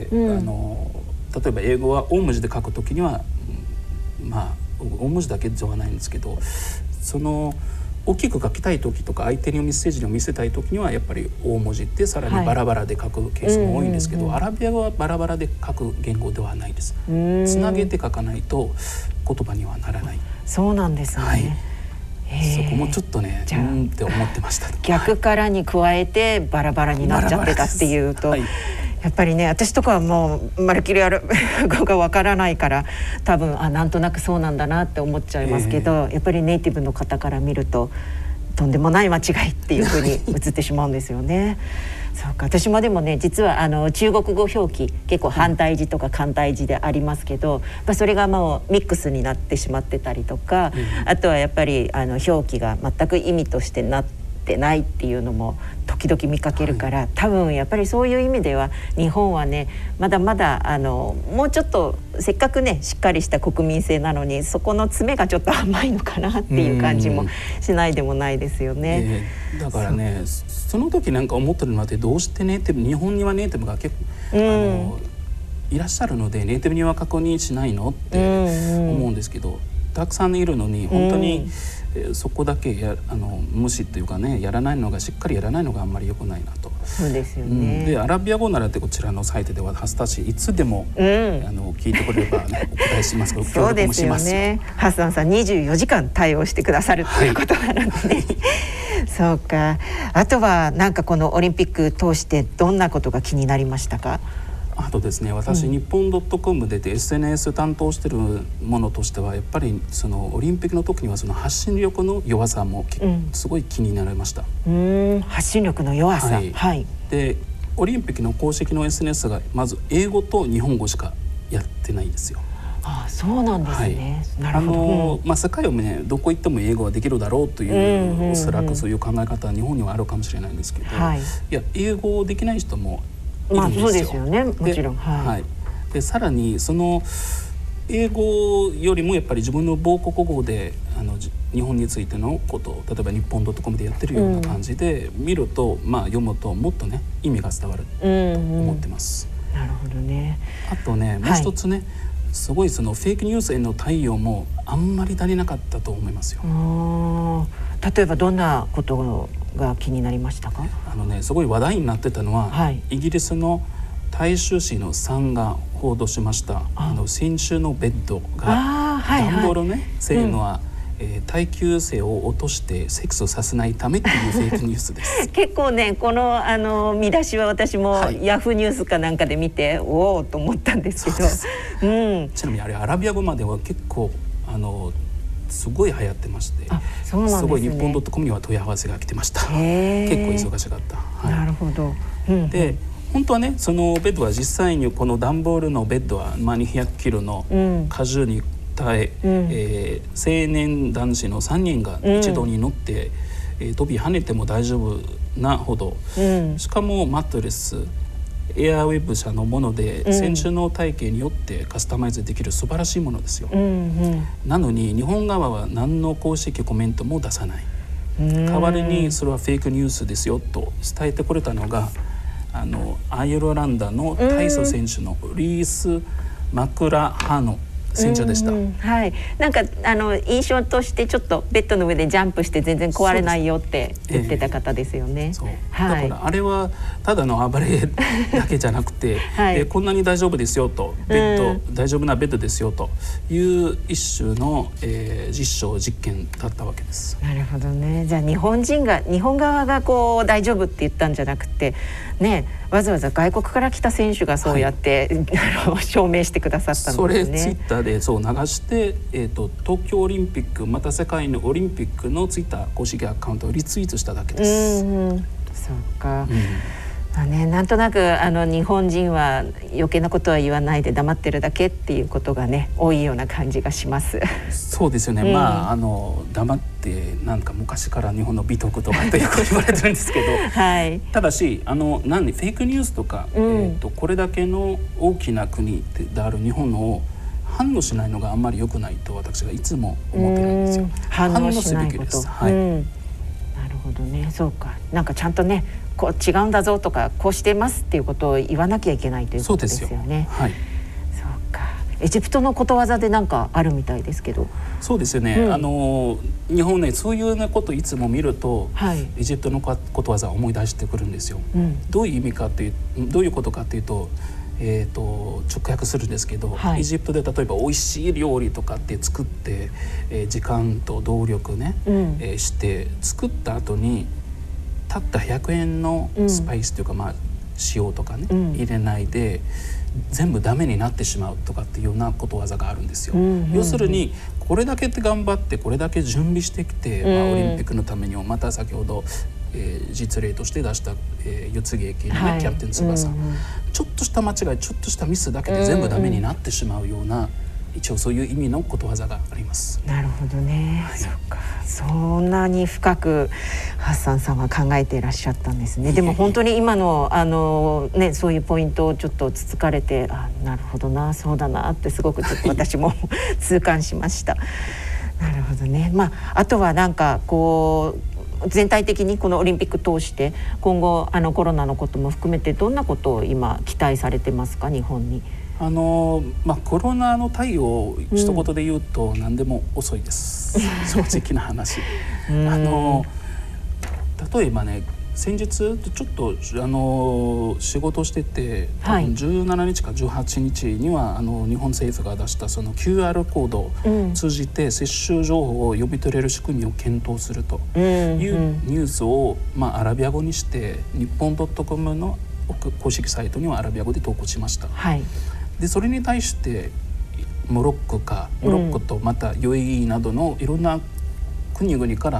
うん、あの例えば英語は大文字で書くときには、まあ大文字だけではないんですけど、その大きく書きたい時とか相手にメッセージを見せたい時にはやっぱり大文字ってさらにバラバラで書くケースも多いんですけど、はい、アラビア語はバラバラで書く言語ではないです。つなげて書かないと言葉にはならない。 そうなんですね。はい、 そこもちょっとねうんって思ってました。 逆からに加えてバラバラになっちゃってたっていうと、はい、やっぱりね私とかはもうまるっきりある語がわからないから多分あなんとなくそうなんだなって思っちゃいますけど、えー、やっぱりネイティブの方から見るととんでもない間違いっていうふうに映ってしまうんですよね。そうか、私もでもね実はあの中国語表記結構反対字とか簡体字でありますけど、うん、それがもうミックスになってしまってたりとか、うん、あとはやっぱりあの表記が全く意味としてなってないっていうのも時々見かけるから、はい、多分やっぱりそういう意味では日本はねまだまだあのもうちょっとせっかくねしっかりした国民性なのにそこの詰めがちょっと甘いのかなっていう感じもしないでもないですよね。 えー、だからね そ, その時なんか思ってるのはどうしてネイティブ日本にはネイティブが結構、うん、あのいらっしゃるのでネイティブには確認しないのって思うんですけど、うんうん、たくさんいるのに本当に、うんそこだけやあの無視っていうかねやらないのがしっかりやらないのがあんまり良くないなと。 そうですよね。 うん、でアラビア語ならってこちらのサイトではハスタシいつでも、うん、あの聞いてくれれば、ね、お答えしますからそうですよね。ハッサンさんにじゅうよじかん対応してくださるということなので、ね、はい、そうか。あとはなんかこのオリンピック通してどんなことが気になりましたか？ あとですね私、うん、日本 .com で エスエヌエス 担当してるものとしてはやっぱりそのオリンピックの時にはその発信力の弱さも、うん、すごい気になりました。 うーん発信力の弱さ、はいはい、 でオリンピックの公式の エスエヌエス がまず英語と日本語しかやってないんですよ。 ああそうなんですね。 はい、なるほど。あの、まあ、世界をねどこ行っても英語はできるだろうという、うんうんうん、おそらくそういう考え方は日本にはあるかもしれないんですけど、はい、いや英語できない人もいるんですよ。 まあそうですよねもちろん。 はいはい、でさらにその英語よりもやっぱり自分の母国語であの日本についてのことを例えば日本 .com でやってるような感じで見ると、うん、まあ読むともっとね意味が伝わると思ってます。 うんうん、なるほどね。 あとねもう一つね、はい、すごいそのフェイクニュースへの対応もあんまり足りなかったと思いますよ。 例えばどんなことが気になりましたか？ あのねすごい話題になってたのは、はい、イギリスの大衆紙のサンが報道しました。あの先週のベッドが段ボールね、はいはい、せーのは、うん、えー、耐久性を落としてセックスをさせないためっていうフェイクニュースです結構ねこのあの見出しは私も、はい、ヤフーニュースかなんかで見ておおと思ったんですけど、 うん、ちなみにあれアラビア語までは結構あのすごい流行ってまして、 あ、そうなんですね、 すごい日本 .com には問い合わせが来てました。結構忙しかった、はい、 なるほど、うんうん、 で本当はねそのベッドは実際にこの段ボールのベッドはまあにひゃくキロの荷重に耐え、うん、えー、青年男子のさんにんが一度に乗って、うん、えー、飛び跳ねても大丈夫なほど、うん、しかもマットレスエアウェブ社のもので、うん、選手の体型によってカスタマイズできる素晴らしいものですよ、うんうん、なのに日本側は何の公式コメントも出さない、うん、代わりにそれはフェイクニュースですよと伝えてくれたのがあのアイルランドの体操選手のリース・マクラハノ選手でした、うんうん、 はい、なんかあの印象としてちょっとベッドの上でジャンプして全然壊れないよって言ってた方ですよね。 そう、はい、だからあれはただの暴れだけじゃなくて、はい、えこんなに大丈夫ですよとベッド、うん、大丈夫なベッドですよという一種の、えー、実証実験だったわけです。 なるほどね。じゃあ日本人が日本側がこう大丈夫って言ったんじゃなくてね、わざわざ外国から来た選手がそうやって、はい、証明してくださったんですね。 それツイッターでそう流して、えーと、東京オリンピックまた世界のオリンピックのツイッター公式アカウントをリツイートしただけです。 うん、うん、そうか、うん、まあね、なんとなくあの日本人は余計なことは言わないで黙ってるだけっていうことがね多いような感じがします。 そうですよね、うん、まああの黙ってなんか昔から日本の美徳とかとよく言われてるんですけど、はい、ただしあのなんでフェイクニュースとか、うん、えーとこれだけの大きな国である日本の反応しないのがあんまり良くないと私がいつも思ってるんですよ。 反応しないこと、はい、うん、なるほどね。そうか、なんかちゃんとねこう違うんだぞとかこうしてますっていうことを言わなきゃいけないということですよね。そうですよ、はい、そうか。エジプトのことわざでなんかあるみたいですけど。 そうですよね、うん、あの日本ねそういうようなことをいつも見ると、はい、エジプトのことわざを思い出してくるんですよ、うん、どういう意味かというどういうことかというとえー、と直訳するんですけど、はい、エジプトで例えば美味しい料理とかって作って、えー、時間と動力ね、うん、えー、して作った後にたったひゃくえんのスパイスというか、うん、まあ、塩とかね、うん、入れないで全部ダメになってしまうとかっていうようなことわざがあるんですよ、うんうんうん、要するにこれだけ頑張ってこれだけ準備してきて、うん、まあ、オリンピックのためにもまた先ほどえー、実例として出した、えー、四つ劇の、ね、はい、キャプテン翼、うんうん、ちょっとした間違いちょっとしたミスだけで全部ダメになってしまうような、うんうん、一応そういう意味のことわざがあります。 なるほどね、はい、そっか、そんなに深くハッサンさんは考えていらっしゃったんですね。でも本当に今の、あの、ね、そういうポイントをちょっとつつかれて、あ、なるほどな、そうだなってすごくちょっと私も痛感しました。なるほどね。まあ、あとはなんかこう全体的にこのオリンピック通して今後あのコロナのことも含めてどんなことを今期待されてますか、日本に。 あのまあ、コロナの対応を一言で言うと何でも遅いです、うん、正直な話あの例えばね先日ちょっとあの仕事してて多分じゅうしちにちかじゅうはちにちにはあの日本政府が出したその キューアール コードを通じて接種情報を読み取れる仕組みを検討するというニュースを、まあ、アラビア語にして日本 .com の公式サイトにはアラビア語で投稿しました、はい、でそれに対してモロッコかモロッコとまた ユーエーイー などのいろんな国々から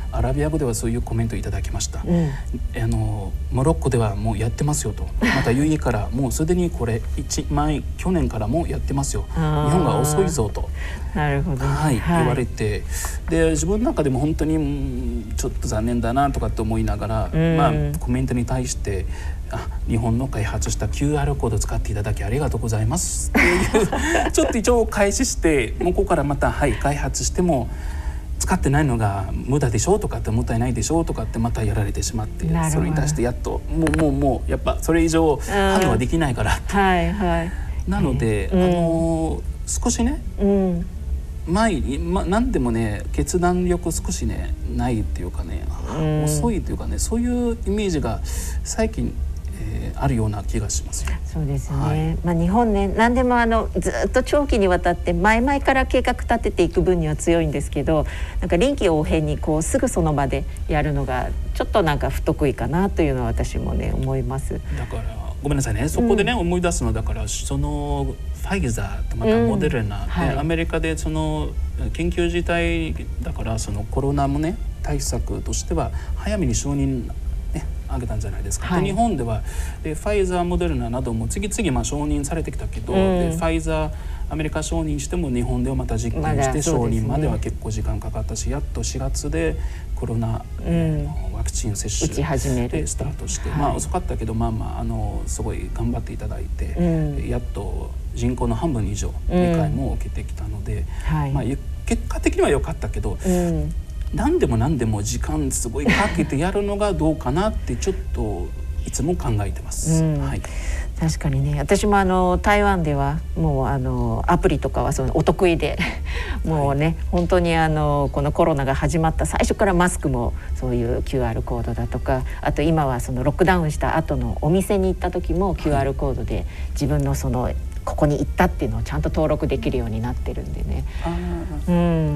アラビア語ではそういうコメントいただきました、うん、あのモロッコではもうやってますよと、また ユーイー からもうすでにこれ一前去年からもやってますよ、日本が遅いぞとなるほど、 はい、はい、言われて、で自分の中でも本当にちょっと残念だなとかって思いながら、うん、まあ、コメントに対してあ日本の開発した キューアール コードを使っていただきありがとうございますっていうちょっと一応開始して向こうからまた、はい、開発しても使ってないのが無駄でしょうとかってもったいないでしょうとかってまたやられてしまって、それに対してやっともうもうもうやっぱそれ以上反応はできないからって、はいはい、なので、うん、あの少しね、うん、前に、ま、何でもね決断力少しねないっていうかね、うん、遅いというかね、そういうイメージが最近えー、あるような気がしますよ。 そうですね、はい、まあ、日本ね何でもあのずっと長期にわたって前々から計画立てていく分には強いんですけど、なんか臨機応変にこうすぐその場でやるのがちょっとなんか不得意かなというのは私もね思います。 だからごめんなさいね、そこでね、うん、思い出すのだからそのファイザーとまたモデルナ、うん、はい、アメリカでその緊急事態だからそのコロナもね対策としては早めに承認あげたんじゃないですか、はい、で日本ではでファイザー、モデルナなども次々まあ承認されてきたけど、うん、でファイザーアメリカ承認しても日本ではまた実験して承認までは結構時間かかったし、やっとしがつでコロナ、うん、ワクチン接種でスタートして、まあ、遅かったけど、まあまあ、あのすごい頑張っていただいて、うん、やっと人口の半分以上にかいも受けてきたので、うん、はい、まあ、結果的には良かったけど、うん、何でも何でも時間すごいかけてやるのがどうかなってちょっといつも考えてます、うん、はい、 確かにね、私もあの台湾ではもうあのアプリとかはそのお得意でもうね、はい、本当にあのこのコロナが始まった最初からマスクもそういう キューアール コードだとか、あと今はそのロックダウンした後のお店に行った時も キューアール コードで自分のそのここに行ったっていうのをちゃんと登録できるようになってるんでね。あ、 うん、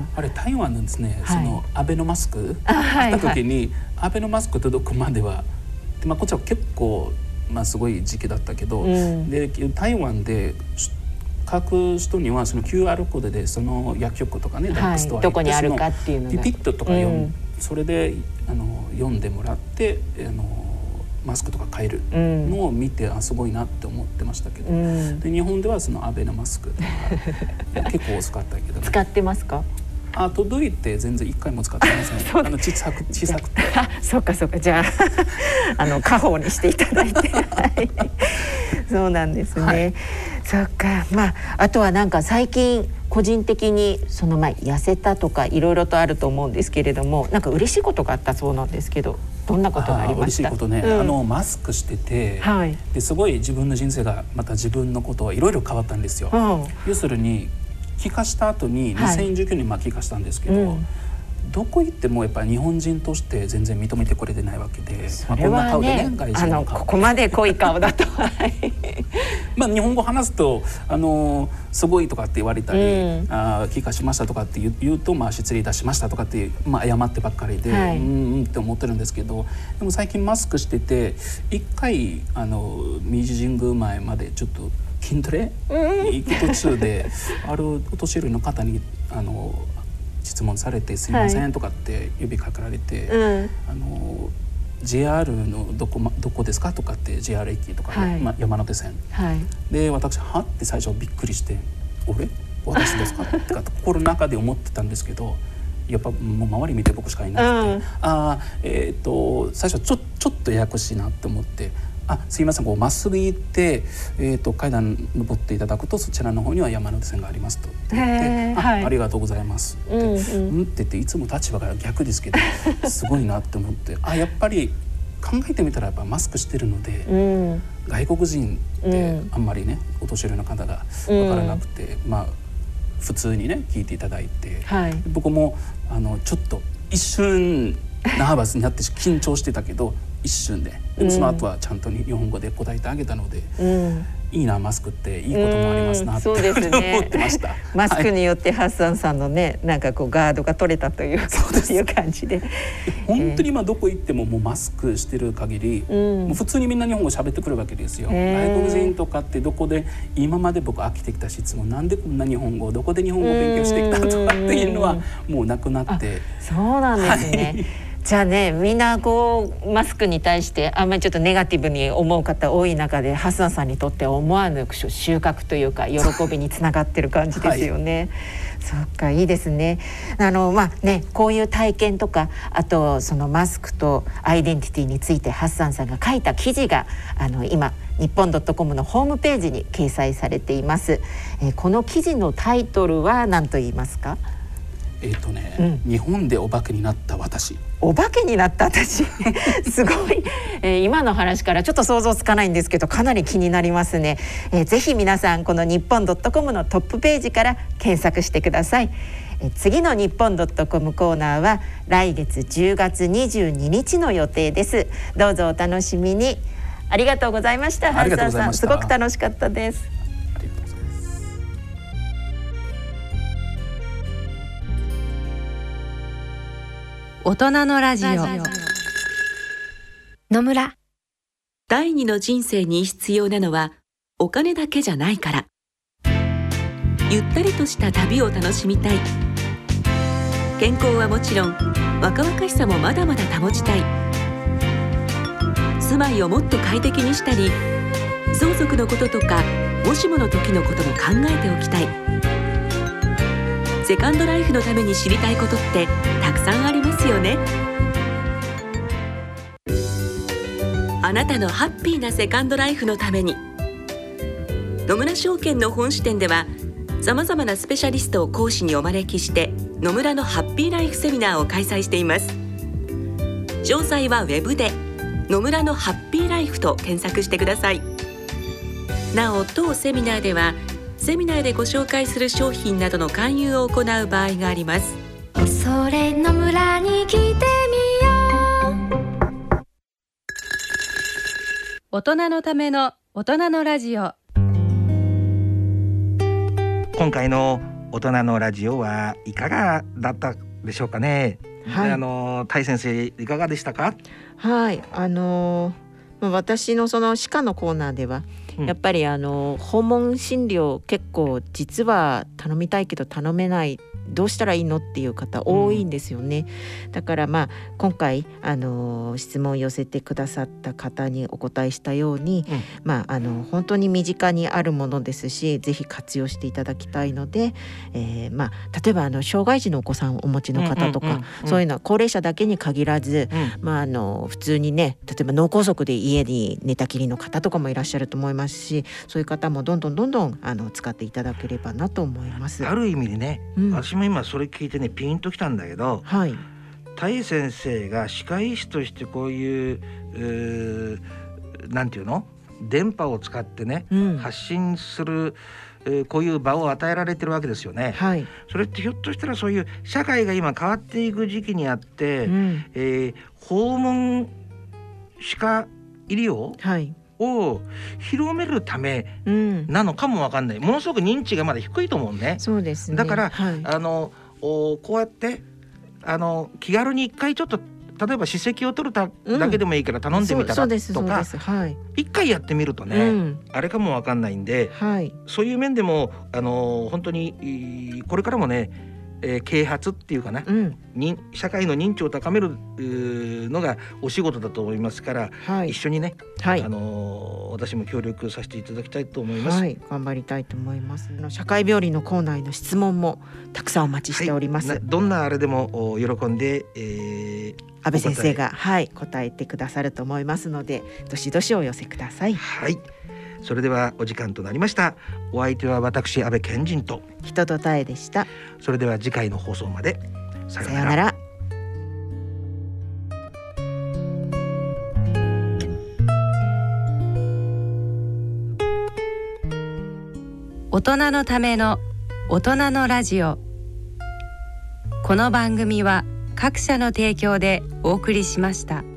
あれ台湾なんですね、はい、そのアベノマスクあった時に、はいはい、アベノマスク届くまでは、まあ、こっちは結構、まあ、すごい時期だったけど、うん、で台湾で各人にはその キューアール コードでその薬局とかね、 はい、ダックストアどこにあるかっていうのがピピッととか読ん、うん、それであの読んでもらってあのマスクとか買えるのを見て、うん、あすごいなって思ってましたけど、うん、で日本ではそのアベノマスク結構遅かったけど、ね、 使ってますか？ あ届いて全然一回も使ってません。あの小さく小さくてあそうかそうか、じゃああの家宝にしていただいてそうなんですね、はい、そうか。まああとはなんか最近個人的にそのまあ痩せたとかいろいろとあると思うんですけれども、なんか嬉しいことがあったそうなんですけど、どんなことがありました？ 嬉しいことね、うん、あのマスクしてて、はい、ですごい自分の人生がまた自分のことはいろいろ変わったんですよ、うん、要するに帰化した後ににせんじゅうきゅうねんまあ帰化したんですけど、うん、どこ行ってもやっぱり日本人として全然認めてくれてないわけで、 それはね、まあ、こんな顔でね、外人の顔で、あのここまで濃い顔だとまあ日本語話すとあのすごいとかって言われたり、うん、あ帰化しましたとかって言うと、まあ、失礼いたしましたとかって、まあ、謝ってばっかりで、はい、うんうんって思ってるんですけど、でも最近マスクしてて一回あの明治神宮前までちょっと筋トレに行く途中であるお年寄りの方にあの質問されて「すいません」とかって呼びかけられて、はい、あの ジェイアール のどこ、ま、どこですかとかって ジェイアール 駅とか、はい、ま、山手線、はい、で私はって最初びっくりして「俺私ですか?」って心の中で思ってたんですけど、やっぱもう周り見て僕しかいなくて、うん、あえっ、ー、と最初ちょちょっとややこしいなって思って。あすいません、こうまっすぐ行って、えー、と階段登っていただくとそちらの方には山手線がありますと言って、あ、はい、ありがとうございますって、うんうん、うんって言っていつも立場が逆ですけどすごいなって思ってあやっぱり考えてみたらやっぱマスクしてるので、うん、外国人ってあんまりね、うん、お年寄りの方が分からなくて、うん、まあ普通にね聞いていただいて、はい、僕もあのちょっと一瞬ナーバスになって緊張してたけど一瞬ででもその後はちゃんと日本語で答えてあげたので、うん、 いいなマスクっていいこともありますなってそうですね思ってましたマスクによってハッサンさんのねなんかこうガードが取れたというそうですいう感じで本当に今どこ行ってももうマスクしてる限り、うん、もう普通にみんな日本語喋ってくるわけですよ。外国人とかってどこで今まで僕飽きてきた質問なんでこんな日本語どこで日本語を勉強してきたとかっていうのはもうなくなってそうなんですね、はいじゃあねみんなこうマスクに対してあんまりちょっとネガティブに思う方多い中でハッサンさんにとって思わぬ収穫というか喜びにつながってる感じですよね、はい、そっかいいですね。あのまあねこういう体験とかあとそのマスクとアイデンティティについてハッサンさんが書いた記事があの今日本ドットコムのホームページに掲載されています、えー、この記事のタイトルは何と言いますか？ えーとねうん、日本でお化けになった私お化けになった私すごい、えー、今の話からちょっと想像つかないんですけどかなり気になりますね、えー、ぜひ皆さんこの日本ドットコムのトップページから検索してください、えー、次の日本ドットコムコーナーは来月じゅうがつにじゅうににちの予定です。どうぞお楽しみに。ありがとうございました。ハッサンさんすごく楽しかったです。 大人のラジオ野村。 第二の人生に必要なのはお金だけじゃないから。ゆったりとした旅を楽しみたい。健康はもちろん若々しさもまだまだ保ちたい。住まいをもっと快適にしたり相続のこととかもしもの時のことも考えておきたい。セカンドライフのために知りたいことってたくさんありますよね。あなたのハッピーなセカンドライフのために野村証券の本支店ではさまざまなスペシャリストを講師にお招きして野村のハッピーライフセミナーを開催しています。詳細はウェブで野村のハッピーライフと検索してください。なお当セミナーではセミナーでご紹介する商品などの勧誘を行う場合があります。 それの村に来てみよう。大人のための大人のラジオ。 今回の大人のラジオはいかがだったでしょうかね。はい、あのタイ先生いかがでしたか？ はいあの私のその歯科のコーナーではやっぱりあの訪問診療結構実は頼みたいけど頼めないどうしたらいいのっていう方多いんですよね、うん、だからまあ今回あの質問を寄せてくださった方にお答えしたように、うんまあ、あの本当に身近にあるものですしぜひ活用していただきたいので、えーまあ、例えばあの障害児のお子さんをお持ちの方とか、うんうんうんうん、そういうのは高齢者だけに限らず、うんまあ、あの普通にね例えば脳梗塞で家に寝たきりの方とかもいらっしゃると思いますしそういう方もどんどんどんどんあの使っていただければなと思います。 ある意味でね、うん、私も今それ聞いてねピンときたんだけど、はい、タイ先生が歯科医師としてこういう、うなんていうの電波を使ってね、うん、発信するこういう場を与えられてるわけですよね、はい、それってひょっとしたらそういう社会が今変わっていく時期にあって、うんえー、訪問歯科医療、はいを広めるためなのかもわかんない、うん、ものすごく認知がまだ低いと思うね。 そうですね。 だから、 はい、 あのこうやってあの気軽に一回ちょっと例えば歯石を取るた、うん、だけでもいいから頼んでみたらとか、はい、一回やってみるとね、うん、あれかもわかんないんで、はい、そういう面でもあの本当にこれからもねえー、啓発っていうかな、うん、に社会の認知を高めるのがお仕事だと思いますから、はい、一緒にね、はいあのー、私も協力させていただきたいと思います、はい、 頑張りたいと思います。社会病理のコーナーへの質問もたくさんお待ちしております、はい、 どんなあれでも喜んで、えー、 安倍先生が、はい、答えてくださると思いますのでどしどしお寄せください。 はいそれではお時間となりました。お相手は私安倍賢人と人とたえでした。 それでは次回の放送までさようなら。 大人のための大人のラジオ。この番組は各社の提供でお送りしました。